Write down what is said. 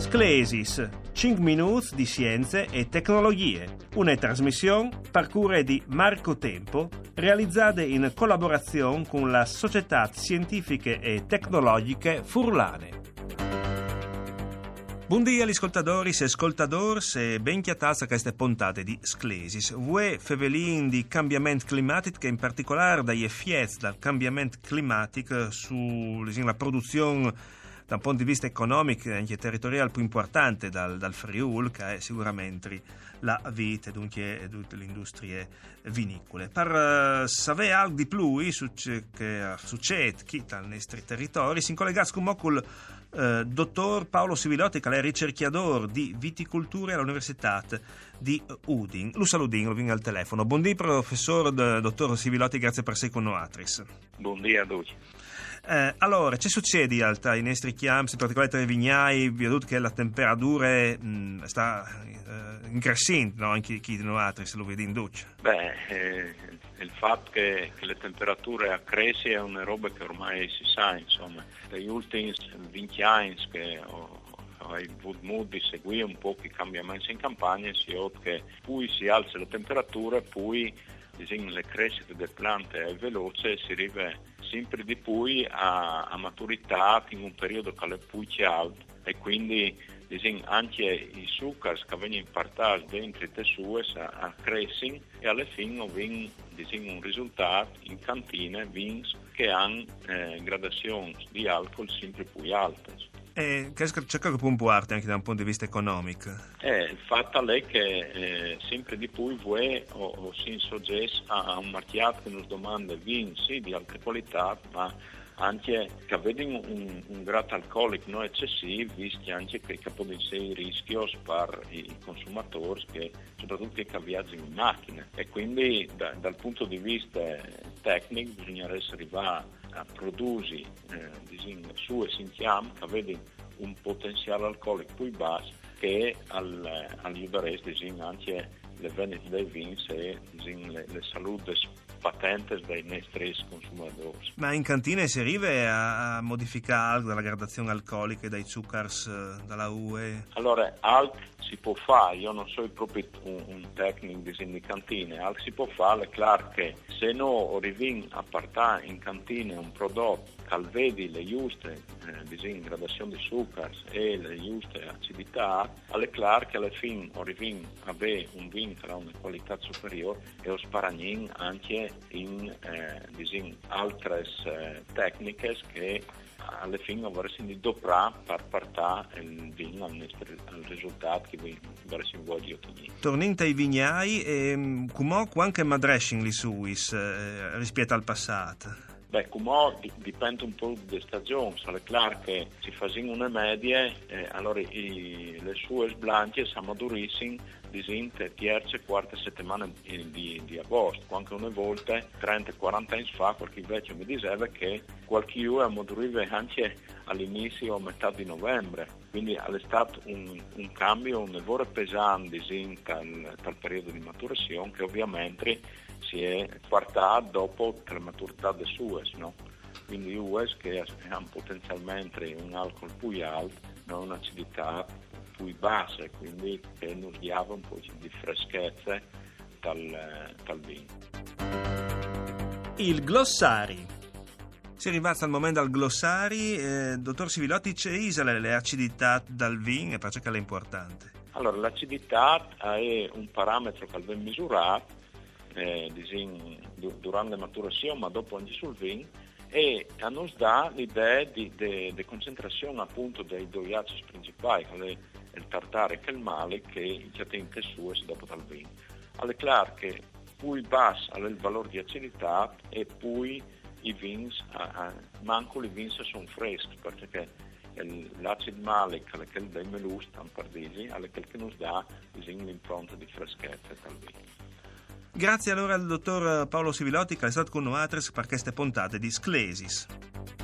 Sclesis, 5 minuti di scienze e tecnologie. Una trasmissione per cura di Marco Tempo, realizzata in collaborazione con la Società Scientifiche e Tecnologiche Furlane. Buongiorno agli ascoltatori e ascoltadori e ben chiatazza a queste puntate di Sclesis. Voi fevelin di cambiamento climatico e in particolare dagli effetti del cambiamento climatico sulla produzione da un punto di vista economico e anche territoriale più importante dal Friuli, che è sicuramente la vite e dunque le industrie vinicole. Per sapere algo di più su ciò che succede qui nei nostri territori, si collega con il dottor Paolo Sivilotti, che è ricercatore di viticoltura all'Università di Udine. Lo saludin, lo vengo al telefono. Buondì professor dottor Sivilotti, grazie per essere con noi. Buondì a tutti. Allora, che succede ai nostri campi, in particolare tra i vignai, veduto che la temperatura sta increscendo, no? Anche chi di noi se lo vede in doccia. Il fatto che le temperature crescono è una roba che ormai si sa, insomma. Negli ultimi 20 anni che ho avuto modo di seguire un po' i cambiamenti in campagna, si vede che più si alza la temperatura, più le crescite delle piante è veloce e si arriva sempre di più a maturità in un periodo che è più alto e quindi anche i zuccheri che vengono impartati dentro i tessuti crescono e alla fine vengono un risultato in cantine vins che hanno gradazioni di alcol sempre più alte. C'è che può importare anche da un punto di vista economico? Il fatto è che sempre di più voi si soggetti a un mercato che ci domanda vini sì, di alta qualità, ma anche che vedono un grado alcolico non eccessivo, visto anche che possono essere rischiosi per i consumatori, soprattutto che viaggiano in macchina. E quindi dal punto di vista tecnico bisognerebbe arrivare a produrre su e sentiamo che vedono un potenziale alcolico più basso che aiuterebbe anche le vendite dei vini e le salute patenti dei nostri consumatori. Ma in cantina si arriva a modificare algo dalla gradazione alcolica e dai zuccheri dalla UE? Allora, algo si può fare, io non sono proprio un tecnico di cantine, algo si può fare, è chiaro che se no arriviamo a portare in cantina un prodotto che vedi le giuste gradazioni di zuccheri e le giuste acidità, è chiaro che alla fine arriviamo a avere un vino che ha una qualità superiore e lo sparagniamo anche in altre tecniche che alla fine vorremmo di doprare per portare il vino al risultato che vorremmo voglio ottenere. Tornando ai vignai, come quanto madreshing li suis rispetto al passato? Come dipende un po' dalle stagioni, è chiaro che si fanno una media, allora le sue sblanche si maturissero disinte terza e quarta settimana di agosto, anche una volta 30-40 anni fa qualche invece mi diceva che qualche ora maturiva anche all'inizio o metà di novembre, quindi è stato un cambio, un lavoro pesante dal periodo di maturazione che ovviamente si è portato dopo la maturità del Suez, no? Quindi US che hanno potenzialmente un alcol più alto, non un'acidità più bassa, quindi che nos diava un po' di freschezza dal vino. Il glossari. Si è arrivato al momento del glossari, dottor Sivilotti, c'è le acidità dal vino e perché è importante? Allora, l'acidità è un parametro che viene misurato durante la maturazione, ma dopo anche sul vino, e nos dà l'idea di concentrazione appunto dei due acidi principali, il tartare e il male, che c'è in tessuto dopo dal vino. È chiaro che più basso è il valore di acidità e più i vini, manco i vini sono freschi, perché l'acido malic è quello dei melus, per dire, è quello che nos dà l'impronta di freschezza dal vino. Grazie allora al dottor Paolo Sivilotti che è stato con noi per queste puntate di Sclesis.